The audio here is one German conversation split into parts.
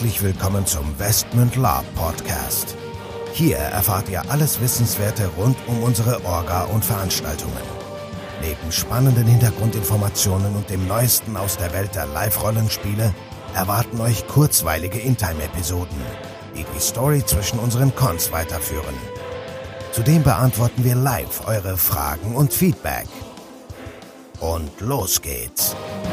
herzlich willkommen zum Westmund Lab Podcast. Hier erfahrt ihr alles Wissenswerte rund um unsere Orga und Veranstaltungen. Neben spannenden Hintergrundinformationen und dem Neuesten aus der Welt der Live-Rollenspiele erwarten euch kurzweilige In-Time-Episoden, die die Story zwischen unseren Cons weiterführen. Zudem beantworten wir live eure Fragen und Feedback. Und los geht's.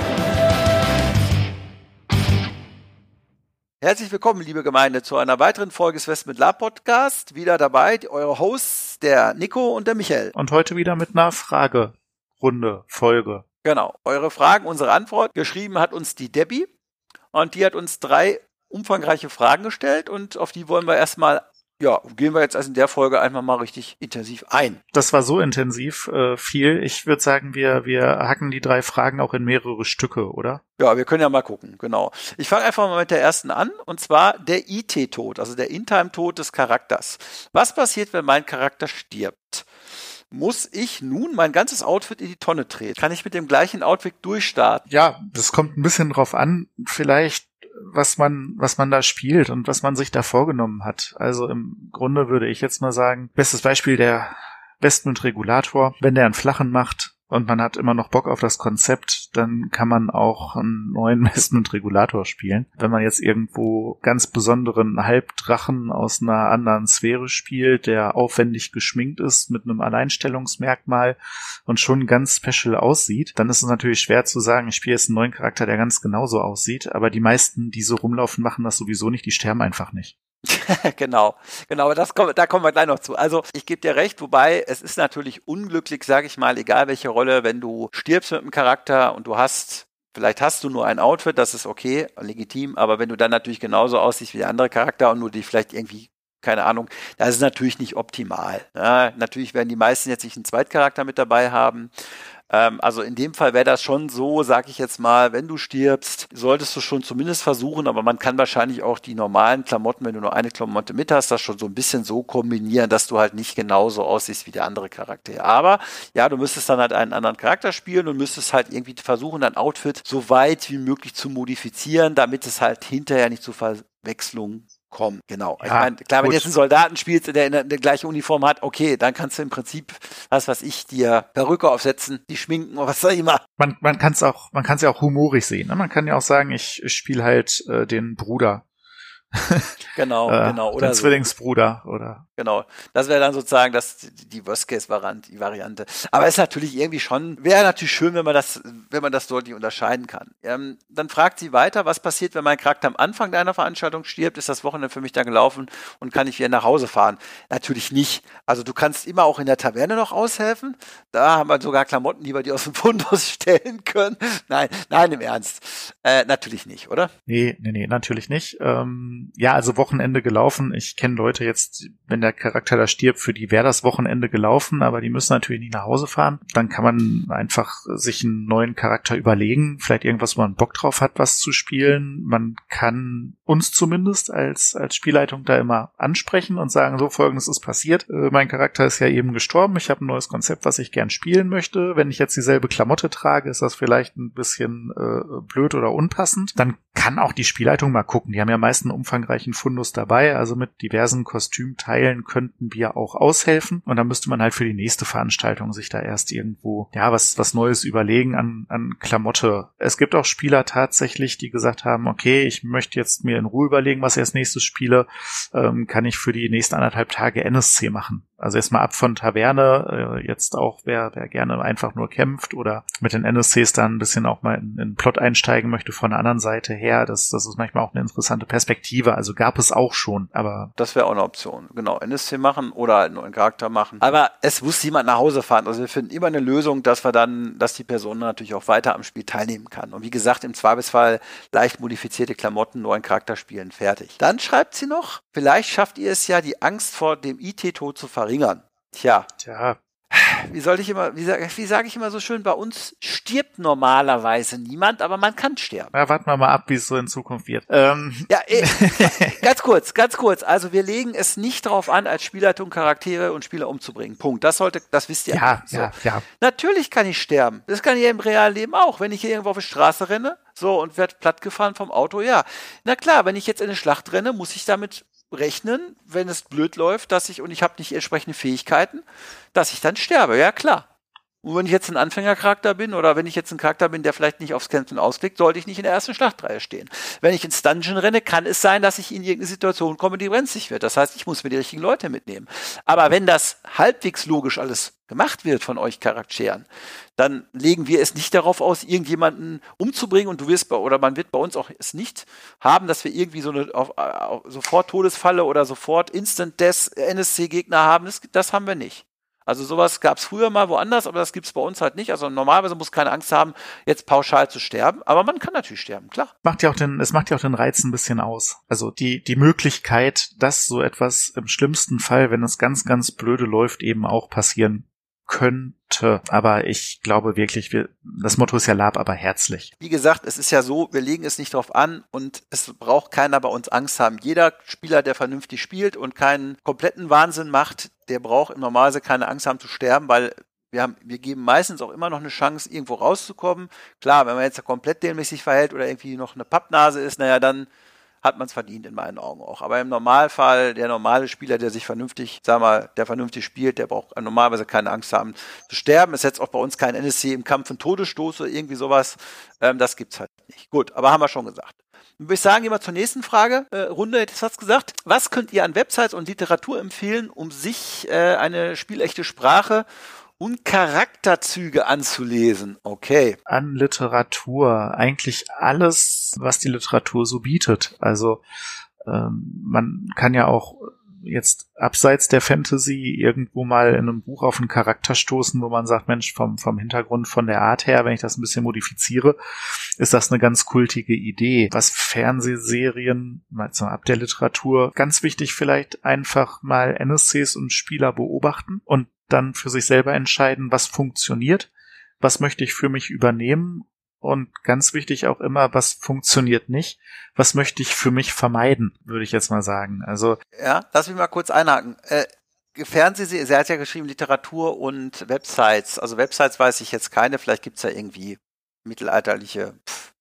Herzlich willkommen, liebe Gemeinde, zu einer weiteren Folge des Westmund Lab Podcast. Wieder dabei eure Hosts, der Nico und der Michael. Und heute wieder mit einer Fragerunde, Folge. Genau, eure Fragen, unsere Antwort. Geschrieben hat uns die Debbie und die hat uns 3 umfangreiche Fragen gestellt und auf die wollen wir erstmal, gehen wir jetzt also in der Folge einfach mal richtig intensiv ein. Das war so intensiv viel. Ich würde sagen, wir hacken die 3 Fragen auch in mehrere Stücke, oder? Ja, wir können ja mal gucken, genau. Ich fange einfach mal mit der ersten an, und zwar der IT-Tod, also der In-Time-Tod des Charakters. Was passiert, wenn mein Charakter stirbt? Muss ich nun mein ganzes Outfit in die Tonne treten? Kann ich mit dem gleichen Outfit durchstarten? Ja, das kommt ein bisschen drauf an, vielleicht was man da spielt und was man sich da vorgenommen hat. Also im Grunde würde ich jetzt mal sagen, bestes Beispiel der Westmund Regulator, wenn der einen flachen macht und man hat immer noch Bock auf das Konzept, dann kann man auch einen neuen Westmund Regulator spielen. Wenn man jetzt irgendwo ganz besonderen Halbdrachen aus einer anderen Sphäre spielt, der aufwendig geschminkt ist mit einem Alleinstellungsmerkmal und schon ganz special aussieht, dann ist es natürlich schwer zu sagen, ich spiele jetzt einen neuen Charakter, der ganz genauso aussieht, aber die meisten, die so rumlaufen, machen das sowieso nicht, die sterben einfach nicht. Genau, da kommen wir gleich noch zu. Also ich gebe dir recht, wobei es ist natürlich unglücklich, sage ich mal, egal welche Rolle, wenn du stirbst mit einem Charakter und vielleicht hast du nur ein Outfit, das ist okay, legitim, aber wenn du dann natürlich genauso aussiehst wie der andere Charakter und nur die vielleicht irgendwie, keine Ahnung, das ist natürlich nicht optimal. Ja, natürlich werden die meisten jetzt nicht einen Zweitcharakter mit dabei haben. Also in dem Fall wäre das schon so, sag ich jetzt mal, wenn du stirbst, solltest du schon zumindest versuchen, aber man kann wahrscheinlich auch die normalen Klamotten, wenn du nur eine Klamotte mit hast, das schon so ein bisschen so kombinieren, dass du halt nicht genauso aussiehst wie der andere Charakter. Aber ja, du müsstest dann halt einen anderen Charakter spielen und müsstest halt irgendwie versuchen, dein Outfit so weit wie möglich zu modifizieren, damit es halt hinterher nicht zu Verwechslungen kommen, genau. Ja, ich meine, klar, wenn du jetzt einen Soldaten spielst, der eine gleiche Uniform hat, okay, dann kannst du im Prinzip, dir Perücke aufsetzen, die schminken oder was auch immer. Man kann es ja auch humorig sehen. Ne? Man kann ja auch sagen, ich spiele halt den Bruder. Genau. Oder den Zwillingsbruder, oder? Genau. Das wäre dann sozusagen die Worst-Case-Variante. Aber es ist natürlich wäre natürlich schön, wenn man das deutlich unterscheiden kann. Dann fragt sie weiter, was passiert, wenn mein Charakter am Anfang deiner Veranstaltung stirbt? Ist das Wochenende für mich dann gelaufen und kann ich wieder nach Hause fahren? Natürlich nicht. Also du kannst immer auch in der Taverne noch aushelfen. Da haben wir sogar Klamotten, die wir dir aus dem Fundus stellen können. Nein, im Ernst. Natürlich nicht, oder? Nee, natürlich nicht. Also Wochenende gelaufen. Ich kenne Leute jetzt, wenn der Charakter da stirbt, für die wäre das Wochenende gelaufen, aber die müssen natürlich nicht nach Hause fahren. Dann kann man einfach sich einen neuen Charakter überlegen, vielleicht irgendwas, wo man Bock drauf hat, was zu spielen. Man kann uns zumindest als Spielleitung da immer ansprechen und sagen, so, Folgendes ist passiert. Mein Charakter ist ja eben gestorben. Ich habe ein neues Konzept, was ich gern spielen möchte. Wenn ich jetzt dieselbe Klamotte trage, ist das vielleicht ein bisschen blöd oder unpassend. Dann kann auch die Spielleitung mal gucken. Die haben ja meist einen umfangreichen Fundus dabei, also mit diversen Kostümteilen könnten wir auch aushelfen und dann müsste man halt für die nächste Veranstaltung sich da erst irgendwo was Neues überlegen an Klamotte. Es gibt auch Spieler tatsächlich, die gesagt haben, okay, ich möchte jetzt mir in Ruhe überlegen, was ich als nächstes spiele, kann ich für die nächsten 1,5 Tage NSC machen. Also erstmal ab von Taverne, jetzt auch wer gerne einfach nur kämpft oder mit den NSCs dann ein bisschen auch mal in den Plot einsteigen möchte von der anderen Seite her. Das ist manchmal auch eine interessante Perspektive. Also gab es auch schon, aber... Das wäre auch eine Option. Genau, NSC machen oder einen neuen Charakter machen. Aber es muss jemand nach Hause fahren. Also wir finden immer eine Lösung, dass die Person natürlich auch weiter am Spiel teilnehmen kann. Und wie gesagt, im Zweifelsfall leicht modifizierte Klamotten, neuen Charakter spielen, fertig. Dann schreibt sie noch, vielleicht schafft ihr es ja, die Angst vor dem IT-Tod zu verringern. Tja. Wie sage ich immer so schön, bei uns stirbt normalerweise niemand, aber man kann sterben. Ja, warten wir mal ab, wie es so in Zukunft wird. Ganz kurz. Also wir legen es nicht darauf an, als Spielleitung Charaktere und Spieler umzubringen. Punkt. Das wisst ihr. Ja. Natürlich kann ich sterben. Das kann ich ja im realen Leben auch. Wenn ich hier irgendwo auf die Straße renne, So, und werd plattgefahren vom Auto, ja. Na klar, wenn ich jetzt in eine Schlacht renne, muss ich damit rechnen, wenn es blöd läuft, und ich habe nicht entsprechende Fähigkeiten, dass ich dann sterbe, ja klar. Und wenn ich jetzt ein Anfängercharakter bin oder wenn ich jetzt ein Charakter bin, der vielleicht nicht aufs Kämpfen ausklickt, sollte ich nicht in der ersten Schlachtreihe stehen. Wenn ich ins Dungeon renne, kann es sein, dass ich in irgendeine Situation komme, die brenzlig wird. Das heißt, ich muss mir die richtigen Leute mitnehmen. Aber wenn das halbwegs logisch alles gemacht wird von euch Charakteren, dann legen wir es nicht darauf aus, irgendjemanden umzubringen und man wird bei uns auch es nicht haben, dass wir irgendwie so eine sofort Todesfalle oder sofort Instant Death NSC-Gegner haben. Das haben wir nicht. Also sowas gab es früher mal woanders, aber das gibt es bei uns halt nicht. Also normalerweise muss keine Angst haben, jetzt pauschal zu sterben. Aber man kann natürlich sterben, klar. Es macht ja auch den Reiz ein bisschen aus. Also die Möglichkeit, dass so etwas im schlimmsten Fall, wenn es ganz, ganz blöde läuft, eben auch passieren könnte. Aber ich glaube wirklich, das Motto ist ja Lab, aber herzlich. Wie gesagt, es ist ja so, wir legen es nicht drauf an und es braucht keiner bei uns Angst haben. Jeder Spieler, der vernünftig spielt und keinen kompletten Wahnsinn macht, der braucht im Normalfall keine Angst haben zu sterben, weil wir geben meistens auch immer noch eine Chance, irgendwo rauszukommen. Klar, wenn man jetzt komplett dämlich sich verhält oder irgendwie noch eine Pappnase ist, naja, dann hat man es verdient in meinen Augen auch. Aber im Normalfall, der normale Spieler, der vernünftig spielt, der braucht normalerweise keine Angst haben zu sterben. Es ist jetzt auch bei uns kein NSC im Kampf und Todesstoß oder irgendwie sowas. Das gibt's halt nicht. Gut, aber haben wir schon gesagt. Dann würde ich sagen, gehen wir zur nächsten Frage. Runde hätte ich fast gesagt. Was könnt ihr an Websites und Literatur empfehlen, um sich eine spielechte Sprache und Charakterzüge anzulesen? Okay. An Literatur. Eigentlich alles, was die Literatur so bietet. Also man kann ja auch jetzt abseits der Fantasy irgendwo mal in einem Buch auf einen Charakter stoßen, wo man sagt, Mensch, vom Hintergrund, von der Art her, wenn ich das ein bisschen modifiziere, ist das eine ganz kultige Idee. Was Fernsehserien, mal so ab der Literatur, ganz wichtig vielleicht einfach mal NSCs und Spieler beobachten und dann für sich selber entscheiden, was funktioniert, was möchte ich für mich übernehmen und ganz wichtig auch immer, was funktioniert nicht, was möchte ich für mich vermeiden, würde ich jetzt mal sagen. Also ja, lass mich mal kurz einhaken. Fernsehserie, sie hat ja geschrieben Literatur und Websites. Also Websites weiß ich jetzt keine, vielleicht gibt's ja irgendwie mittelalterliche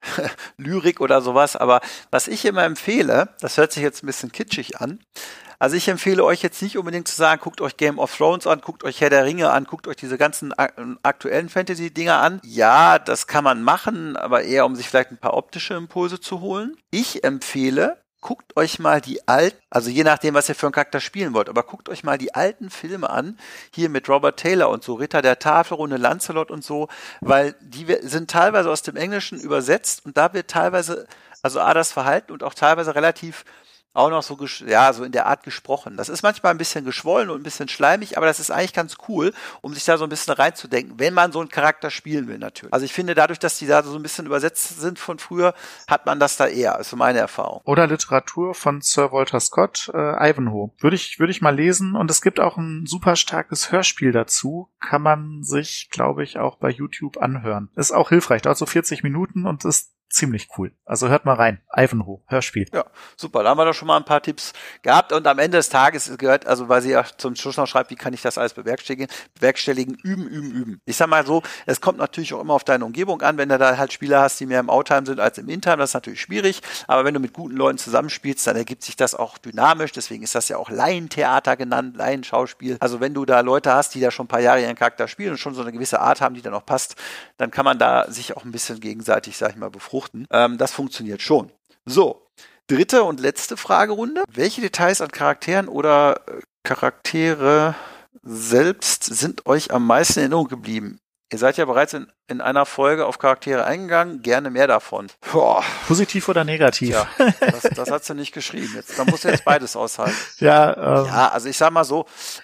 Lyrik oder sowas, aber was ich immer empfehle, das hört sich jetzt ein bisschen kitschig an, also ich empfehle euch jetzt nicht unbedingt zu sagen, guckt euch Game of Thrones an, guckt euch Herr der Ringe an, guckt euch diese ganzen aktuellen Fantasy-Dinger an. Ja, das kann man machen, aber eher, um sich vielleicht ein paar optische Impulse zu holen. Ich empfehle, guckt euch mal die alten, also je nachdem, was ihr für einen Charakter spielen wollt, aber guckt euch mal die alten Filme an, hier mit Robert Taylor und so, Ritter der Tafelrunde, Lancelot und so, weil die sind teilweise aus dem Englischen übersetzt und da wird teilweise, also das Verhalten und auch teilweise relativ auch noch so in der Art gesprochen. Das ist manchmal ein bisschen geschwollen und ein bisschen schleimig, aber das ist eigentlich ganz cool, um sich da so ein bisschen reinzudenken, wenn man so einen Charakter spielen will natürlich. Also ich finde, dadurch, dass die da so ein bisschen übersetzt sind von früher, hat man das da eher, ist so meine Erfahrung. Oder Literatur von Sir Walter Scott, Ivanhoe. Würde ich mal lesen und es gibt auch ein super starkes Hörspiel dazu, kann man sich, glaube ich, auch bei YouTube anhören. Ist auch hilfreich, dauert so 40 Minuten und ist ziemlich cool. Also hört mal rein. Ivanhoe, Hörspiel. Ja, super. Da haben wir doch schon mal ein paar Tipps gehabt. Und am Ende des Tages gehört, also weil sie ja zum Schluss noch schreibt, wie kann ich das alles bewerkstelligen, üben. Ich sag mal so, es kommt natürlich auch immer auf deine Umgebung an. Wenn du da halt Spieler hast, die mehr im Outtime sind als im Intime, das ist natürlich schwierig. Aber wenn du mit guten Leuten zusammenspielst, dann ergibt sich das auch dynamisch. Deswegen ist das ja auch Laientheater genannt, Laienschauspiel. Also wenn du da Leute hast, die da schon ein paar Jahre ihren Charakter spielen und schon so eine gewisse Art haben, die dann auch passt, dann kann man da sich auch ein bisschen gegenseitig, sag ich mal, befruchten. Das funktioniert schon. So, dritte und letzte Fragerunde. Welche Details an Charakteren oder Charaktere selbst sind euch am meisten in Erinnerung geblieben? Ihr seid ja bereits in einer Folge auf Charaktere eingegangen, gerne mehr davon. Boah. Positiv oder negativ? Ja, das hat sie nicht geschrieben. Da musst du jetzt beides aushalten. Ja, also ich sag mal so,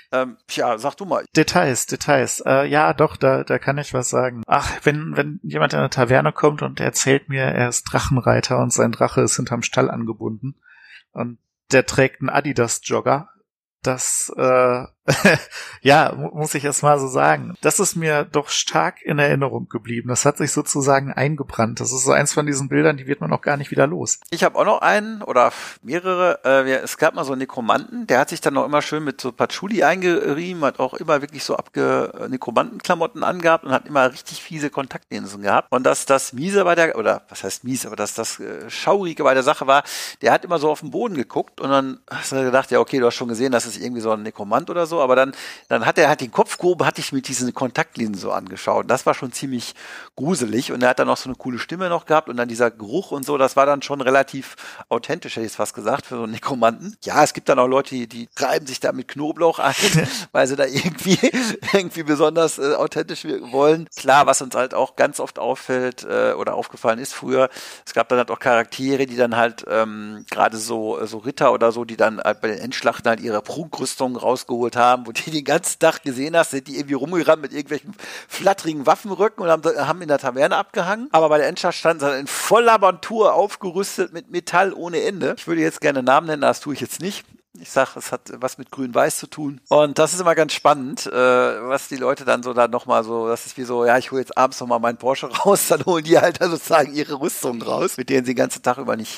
sag du mal. Details. Ja, doch, da kann ich was sagen. Ach, wenn jemand in eine Taverne kommt und erzählt mir, er ist Drachenreiter und sein Drache ist hinterm Stall angebunden und der trägt einen Adidas-Jogger, das Ja, muss ich erst mal so sagen. Das ist mir doch stark in Erinnerung geblieben. Das hat sich sozusagen eingebrannt. Das ist so eins von diesen Bildern, die wird man auch gar nicht wieder los. Ich habe auch noch einen oder mehrere. Es gab mal so einen Nekromanten, der hat sich dann noch immer schön mit so Patchouli eingerieben, hat auch immer wirklich so Nekromantenklamotten angehabt und hat immer richtig fiese Kontaktlinsen gehabt. Und das Miese bei der, oder was heißt mies, aber das Schaurige bei der Sache war, der hat immer so auf den Boden geguckt und dann hast du gedacht, ja okay, du hast schon gesehen, das ist irgendwie so ein Nekromant oder so, aber dann hat er halt den Kopf grob, hatte ich mit diesen Kontaktlinsen so angeschaut. Und das war schon ziemlich gruselig und er hat dann auch so eine coole Stimme noch gehabt und dann dieser Geruch und so, das war dann schon relativ authentisch, hätte ich es fast gesagt, für so einen Nekromanten. Ja, es gibt dann auch Leute, die treiben sich da mit Knoblauch ein, weil sie da irgendwie besonders authentisch wirken wollen. Klar, was uns halt auch ganz oft auffällt oder aufgefallen ist früher, es gab dann halt auch Charaktere, die dann halt gerade so Ritter oder so, die dann halt bei den Endschlachten halt ihre Prunkrüstungen rausgeholt haben, wo die den ganzen Tag gesehen hast, sind die irgendwie rumgerannt mit irgendwelchen flatterigen Waffenrücken und haben in der Taverne abgehangen. Aber bei der Endschlacht standen sie dann in voller Montur aufgerüstet mit Metall ohne Ende. Ich würde jetzt gerne Namen nennen, das tue ich jetzt nicht. Ich sag, es hat was mit Grün-Weiß zu tun. Und das ist immer ganz spannend, was die Leute dann nochmal so, das ist wie so, ja, ich hole jetzt abends nochmal meinen Porsche raus, dann holen die halt sozusagen ihre Rüstung raus, mit denen sie den ganzen Tag über nicht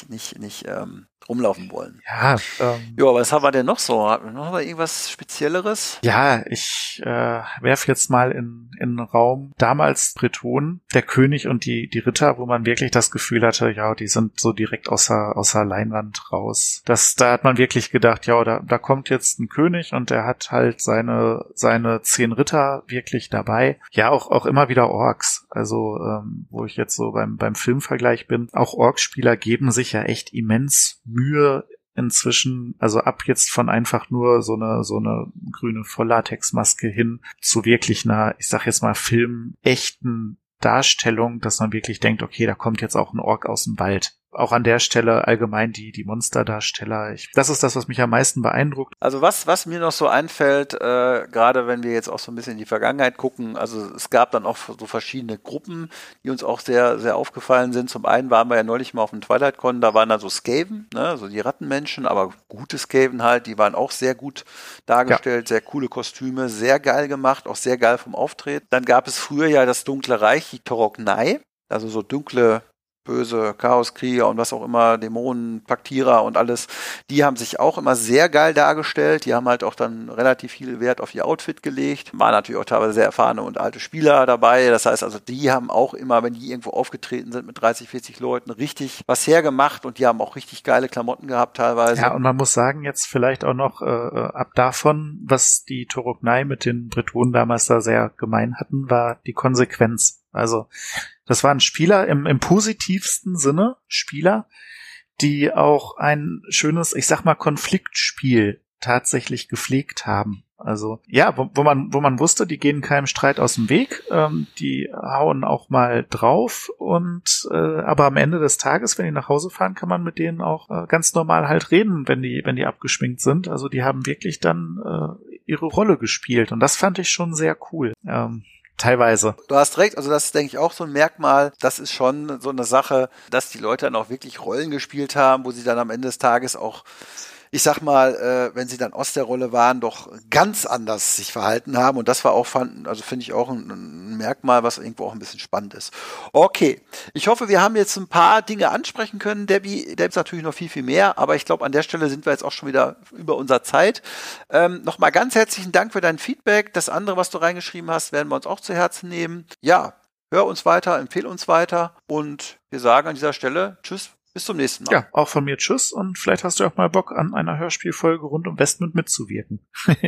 rumlaufen wollen. Ja, ja, was haben wir denn noch so? Haben wir noch mal irgendwas Spezielleres? Ja, ich werfe jetzt mal in den Raum damals Bretonen, der König und die Ritter, wo man wirklich das Gefühl hatte, ja, die sind so direkt außer Leinwand raus. Da hat man wirklich gedacht, ja, da kommt jetzt ein König und der hat halt seine 10 Ritter wirklich dabei. Ja, auch immer wieder Orks. Also, wo ich jetzt so beim Filmvergleich bin, auch Orkspieler geben sich ja echt immens Mühe inzwischen, also ab jetzt von einfach nur so eine grüne Volllatexmaske hin zu wirklich einer, ich sag jetzt mal, filmechten Darstellung, dass man wirklich denkt, okay, da kommt jetzt auch ein Ork aus dem Wald. Auch an der Stelle allgemein die Monsterdarsteller. Das ist das, was mich am meisten beeindruckt. Also was mir noch so einfällt, gerade wenn wir jetzt auch so ein bisschen in die Vergangenheit gucken, also es gab dann auch so verschiedene Gruppen, die uns auch sehr, sehr aufgefallen sind. Zum einen waren wir ja neulich mal auf dem TwilightCon, da waren da so Skaven, ne, so die Rattenmenschen, aber gute Skaven halt, die waren auch sehr gut dargestellt, sehr coole Kostüme, sehr geil gemacht, auch sehr geil vom Auftreten. Dann gab es früher ja das Dunkle Reich, die Torognai, also so dunkle böse Chaoskrieger und was auch immer, Dämonen, Paktierer und alles, die haben sich auch immer sehr geil dargestellt. Die haben halt auch dann relativ viel Wert auf ihr Outfit gelegt. Waren natürlich auch teilweise sehr erfahrene und alte Spieler dabei. Das heißt also, die haben auch immer, wenn die irgendwo aufgetreten sind mit 30, 40 Leuten, richtig was hergemacht und die haben auch richtig geile Klamotten gehabt teilweise. Ja, und man muss sagen, jetzt vielleicht auch noch ab davon, was die Torognai mit den Bretonen damals da sehr gemein hatten, war die Konsequenz. Also das waren Spieler im positivsten Sinne, Spieler, die auch ein schönes, ich sag mal, Konfliktspiel tatsächlich gepflegt haben. Also ja, wo man wusste, die gehen keinem Streit aus dem Weg, die hauen auch mal drauf und aber am Ende des Tages, wenn die nach Hause fahren, kann man mit denen auch ganz normal halt reden, wenn die abgeschminkt sind. Also die haben wirklich dann ihre Rolle gespielt und das fand ich schon sehr cool. Teilweise. Du hast recht, also das ist, denke ich, auch so ein Merkmal, das ist schon so eine Sache, dass die Leute dann auch wirklich Rollen gespielt haben, wo sie dann am Ende des Tages auch, ich sag mal, wenn sie dann aus der Rolle waren, doch ganz anders sich verhalten haben und das war auch, finde ich auch ein Merkmal, was irgendwo auch ein bisschen spannend ist. Okay, ich hoffe, wir haben jetzt ein paar Dinge ansprechen können, Debbie ist natürlich noch viel, viel mehr, aber ich glaube, an der Stelle sind wir jetzt auch schon wieder über unserer Zeit. Nochmal ganz herzlichen Dank für dein Feedback. Das andere, was du reingeschrieben hast, werden wir uns auch zu Herzen nehmen. Ja, hör uns weiter, empfehle uns weiter und wir sagen an dieser Stelle Tschüss. Bis zum nächsten Mal. Ja, auch von mir tschüss und vielleicht hast du auch mal Bock, an einer Hörspielfolge rund um Westmund mitzuwirken.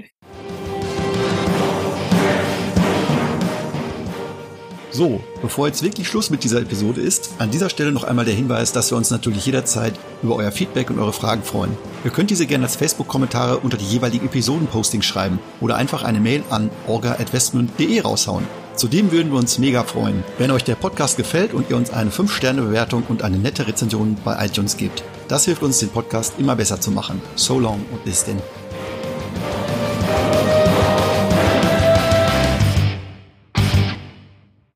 So, bevor jetzt wirklich Schluss mit dieser Episode ist, an dieser Stelle noch einmal der Hinweis, dass wir uns natürlich jederzeit über euer Feedback und eure Fragen freuen. Ihr könnt diese gerne als Facebook-Kommentare unter die jeweiligen Episoden-Postings schreiben oder einfach eine Mail an orga@westmund.de raushauen. Zudem würden wir uns mega freuen, wenn euch der Podcast gefällt und ihr uns eine 5-Sterne-Bewertung und eine nette Rezension bei iTunes gebt. Das hilft uns, den Podcast immer besser zu machen. So long und bis denn.